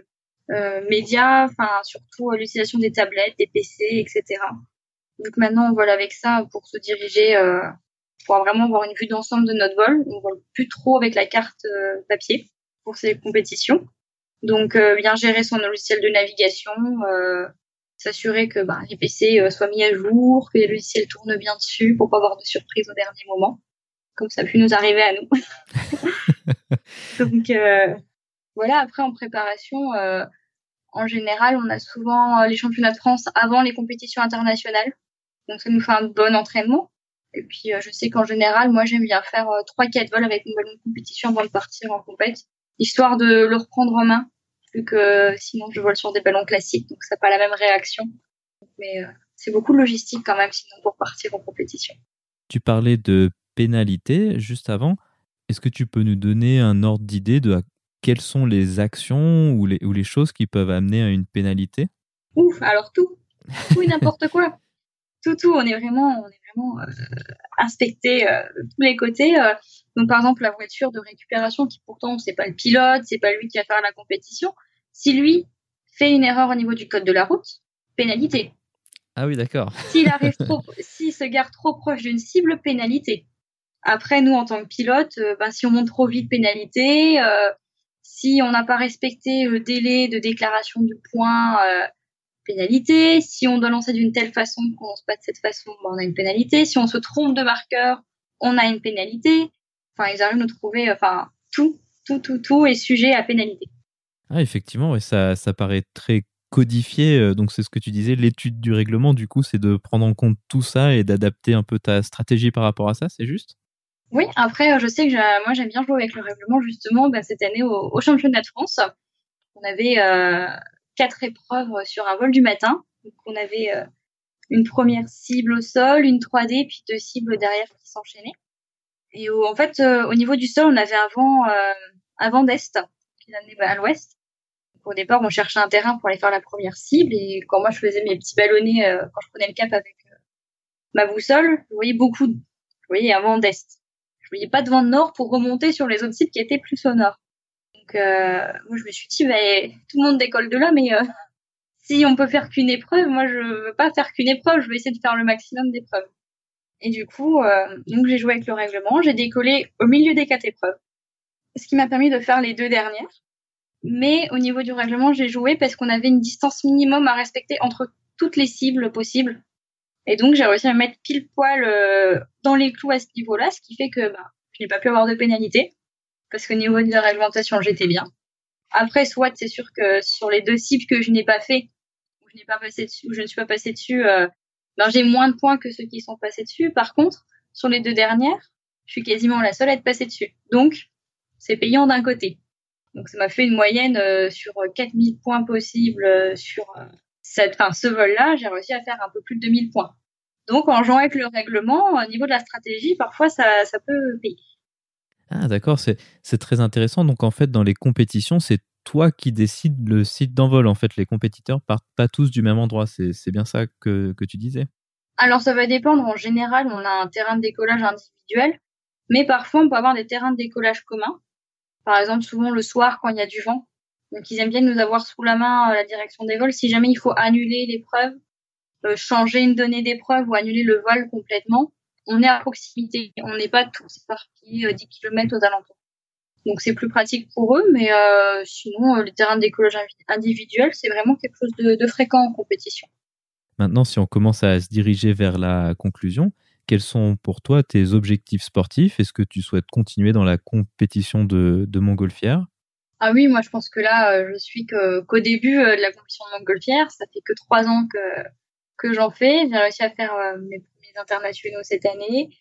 médias, surtout l'utilisation des tablettes, des PC, etc. Donc maintenant, on vole avec ça pour se diriger, pour vraiment avoir une vue d'ensemble de notre vol. On vole plus trop avec la carte papier pour ces compétitions. Donc, bien gérer son logiciel de navigation, s'assurer que les PC soient mis à jour, que les logiciels tournent bien dessus pour pas avoir de surprise au dernier moment, comme ça a pu nous arriver à nous. Donc, voilà, après en préparation, en général, on a souvent les championnats de France avant les compétitions internationales. Donc, ça nous fait un bon entraînement. Et puis, je sais qu'en général, moi, j'aime bien faire 3-4 vols avec mon ballon de compétition avant de partir en compète, histoire de le reprendre en main, vu que sinon, je vole sur des ballons classiques, donc ça n'a pas la même réaction. Mais c'est beaucoup de logistique quand même, sinon, pour partir en compétition. Tu parlais de pénalité juste avant. Est-ce que tu peux nous donner un ordre d'idée de quelles sont les actions ou les choses qui peuvent amener à une pénalité? Ouf, alors tout et n'importe quoi. Tout, on est vraiment inspecté de tous les côtés. Donc, par exemple, la voiture de récupération, qui pourtant, c'est pas le pilote, c'est pas lui qui va faire la compétition. Si lui fait une erreur au niveau du code de la route, pénalité. Ah oui, d'accord. S'il se gare trop proche d'une cible, pénalité. Après, nous, en tant que pilote, si on monte trop vite, pénalité. Si on n'a pas respecté le délai de déclaration du point, pénalité. Si on doit lancer d'une telle façon, qu'on lance pas de cette façon, on a une pénalité. Si on se trompe de marqueur, on a une pénalité. Ils arrivent à nous trouver, tout est sujet à pénalité. Ah, effectivement, ouais, ça paraît très codifié. Donc, c'est ce que tu disais, l'étude du règlement, du coup, c'est de prendre en compte tout ça et d'adapter un peu ta stratégie par rapport à ça, c'est juste? Oui, après, je sais que moi, j'aime bien jouer avec le règlement, justement, cette année au championnat de France. On avait 4 épreuves sur un vol du matin. Donc, on avait une première cible au sol, une 3D, puis 2 cibles derrière qui s'enchaînaient. Et en fait, au niveau du sol, on avait un vent d'est qui amenait à l'ouest. Donc, au départ, on cherchait un terrain pour aller faire la première cible. Et quand moi, je faisais mes petits ballonnets, quand je prenais le cap avec ma boussole, je voyais un vent d'est. Je voyais pas de vent de nord pour remonter sur les autres cibles qui étaient plus au nord. Donc, moi, je me suis dit, tout le monde décolle de là, mais si on peut faire qu'une épreuve, moi, je veux pas faire qu'une épreuve, je vais essayer de faire le maximum d'épreuves. Et du coup, donc j'ai joué avec le règlement, j'ai décollé au milieu des 4 épreuves, ce qui m'a permis de faire les 2 dernières. Mais au niveau du règlement, j'ai joué parce qu'on avait une distance minimum à respecter entre toutes les cibles possibles. Et donc, j'ai réussi à me mettre pile poil dans les clous à ce niveau-là, ce qui fait que je n'ai pas pu avoir de pénalité, parce qu'au niveau de la réglementation, j'étais bien. Après, soit c'est sûr que sur les 2 cibles que je n'ai pas fait, où je ne suis pas passée dessus, j'ai moins de points que ceux qui sont passés dessus. Par contre, sur les 2 dernières, je suis quasiment la seule à être passée dessus. Donc, c'est payant d'un côté. Donc, ça m'a fait une moyenne sur 4000 points possibles sur ce vol-là. J'ai réussi à faire un peu plus de 2000 points. Donc, en jouant avec le règlement, au niveau de la stratégie, parfois, ça peut payer. Ah, d'accord, c'est très intéressant. Donc, en fait, dans les compétitions, c'est toi qui décides le site d'envol. En fait, les compétiteurs partent pas tous du même endroit. C'est bien ça que tu disais? Alors ça va dépendre. En général, on a un terrain de décollage individuel, mais parfois on peut avoir des terrains de décollage communs. Par exemple, souvent le soir quand il y a du vent. Donc ils aiment bien nous avoir sous la main la direction des vols. Si jamais il faut annuler l'épreuve, changer une donnée d'épreuve ou annuler le vol complètement, on est à proximité. On n'est pas tous éparpillés 10 km aux alentours. Donc c'est plus pratique pour eux, mais sinon les terrains de décollage individuels, c'est vraiment quelque chose de fréquent en compétition. Maintenant, si on commence à se diriger vers la conclusion, quels sont pour toi tes objectifs sportifs? Est-ce que tu souhaites continuer dans la compétition de montgolfière? Ah oui, moi je pense que là, je suis qu'au début de la compétition de montgolfière. Ça fait que 3 ans que j'en fais. J'ai réussi à faire mes premiers internationaux cette année.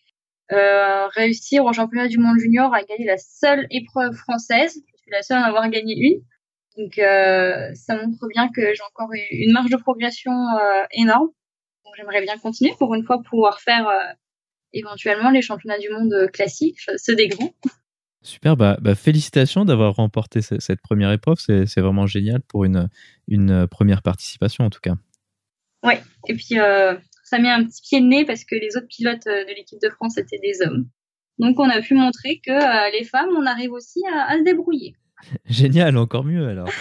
Réussir au championnat du monde junior à gagner la seule épreuve française. Je suis la seule à en avoir gagné une. Donc ça montre bien que j'ai encore une marge de progression énorme. Donc j'aimerais bien continuer pour une fois pouvoir faire éventuellement les championnats du monde classiques, ceux des grands. Super, félicitations d'avoir remporté cette première épreuve. C'est vraiment génial pour une première participation en tout cas. Oui, et puis ça met un petit pied de nez parce que les autres pilotes de l'équipe de France étaient des hommes. Donc on a pu montrer que les femmes, on arrive aussi à se débrouiller. Génial, encore mieux alors.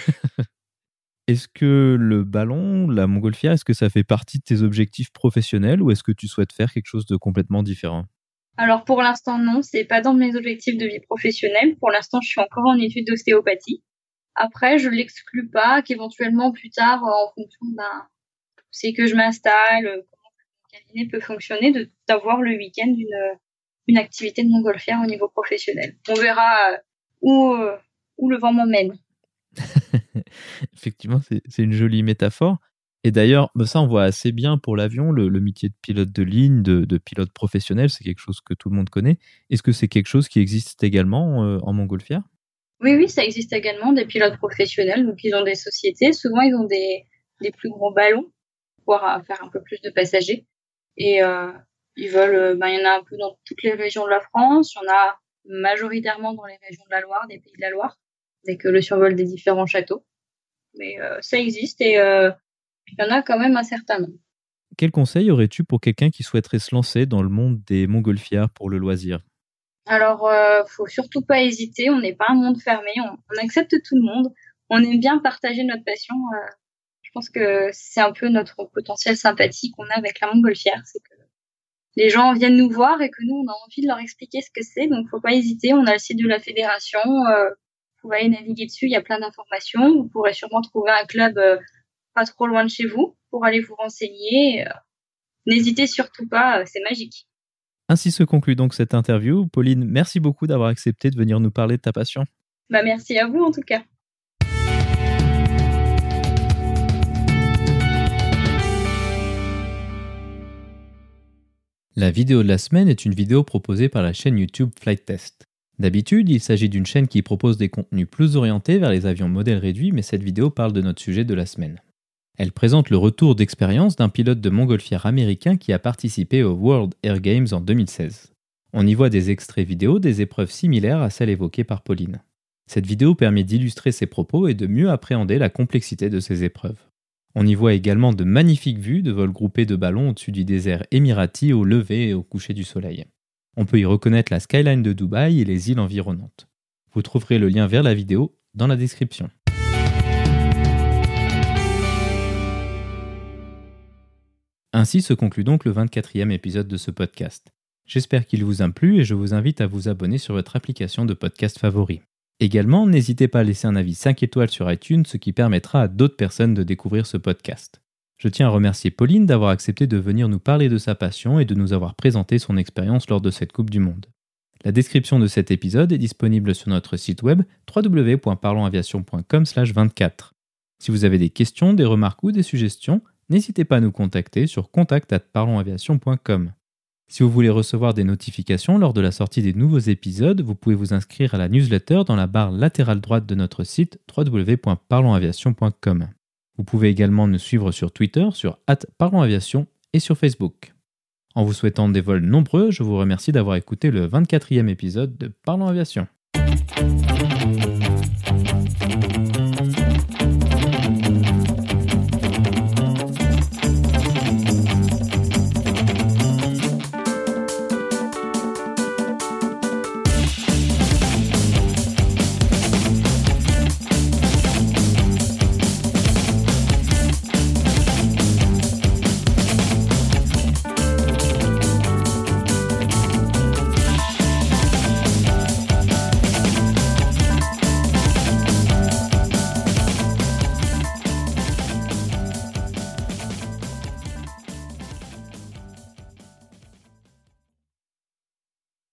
Est-ce que le ballon, la montgolfière, est-ce que ça fait partie de tes objectifs professionnels ou est-ce que tu souhaites faire quelque chose de complètement différent? Alors pour l'instant non, c'est pas dans mes objectifs de vie professionnelle. Pour l'instant, je suis encore en études d'ostéopathie. Après, je l'exclus pas qu'éventuellement plus tard, en fonction c'est que je m'installe, comment mon cabinet peut fonctionner, d'avoir le week-end une activité de montgolfière au niveau professionnel. On verra où le vent m'emmène. Effectivement, c'est une jolie métaphore. Et d'ailleurs, ça, on voit assez bien pour l'avion, le métier de pilote de ligne, de pilote professionnel, c'est quelque chose que tout le monde connaît. Est-ce que c'est quelque chose qui existe également en montgolfière? Oui, ça existe également, des pilotes professionnels. Donc, ils ont des sociétés. Souvent, ils ont des plus gros ballons pour pouvoir faire un peu plus de passagers. Et ils volent, il y en a un peu dans toutes les régions de la France. Il y en a majoritairement dans les régions de la Loire, des Pays de la Loire, avec le survol des différents châteaux. Mais ça existe et il y en a quand même un certain nombre. Quel conseil aurais-tu pour quelqu'un qui souhaiterait se lancer dans le monde des montgolfières pour le loisir? Alors, faut surtout pas hésiter. On n'est pas un monde fermé. On accepte tout le monde. On aime bien partager notre passion. Je pense que c'est un peu notre potentiel sympathie qu'on a avec la montgolfière. C'est que les gens viennent nous voir et que nous, on a envie de leur expliquer ce que c'est. Donc, faut pas hésiter. On a le site de la fédération. Vous pouvez aller naviguer dessus. Il y a plein d'informations. Vous pourrez sûrement trouver un club pas trop loin de chez vous pour aller vous renseigner. N'hésitez surtout pas. C'est magique. Ainsi se conclut donc cette interview. Pauline, merci beaucoup d'avoir accepté de venir nous parler de ta passion. Merci à vous en tout cas. La vidéo de la semaine est une vidéo proposée par la chaîne YouTube Flight Test. D'habitude, il s'agit d'une chaîne qui propose des contenus plus orientés vers les avions modèles réduits, mais cette vidéo parle de notre sujet de la semaine. Elle présente le retour d'expérience d'un pilote de montgolfière américain qui a participé aux World Air Games en 2016. On y voit des extraits vidéo des épreuves similaires à celles évoquées par Pauline. Cette vidéo permet d'illustrer ses propos et de mieux appréhender la complexité de ces épreuves. On y voit également de magnifiques vues de vols groupés de ballons au-dessus du désert émirati au lever et au coucher du soleil. On peut y reconnaître la skyline de Dubaï et les îles environnantes. Vous trouverez le lien vers la vidéo dans la description. Ainsi se conclut donc le 24e épisode de ce podcast. J'espère qu'il vous a plu et je vous invite à vous abonner sur votre application de podcast favori. Également, n'hésitez pas à laisser un avis 5 étoiles sur iTunes, ce qui permettra à d'autres personnes de découvrir ce podcast. Je tiens à remercier Pauline d'avoir accepté de venir nous parler de sa passion et de nous avoir présenté son expérience lors de cette Coupe du Monde. La description de cet épisode est disponible sur notre site web www.parlonsaviation.com/24. Si vous avez des questions, des remarques ou des suggestions, n'hésitez pas à nous contacter sur contact@parlonsaviation.com. Si vous voulez recevoir des notifications lors de la sortie des nouveaux épisodes, vous pouvez vous inscrire à la newsletter dans la barre latérale droite de notre site www.parlonsaviation.com. Vous pouvez également nous suivre sur Twitter, sur @parlonsaviation et sur Facebook. En vous souhaitant des vols nombreux, je vous remercie d'avoir écouté le 24e épisode de Parlons Aviation.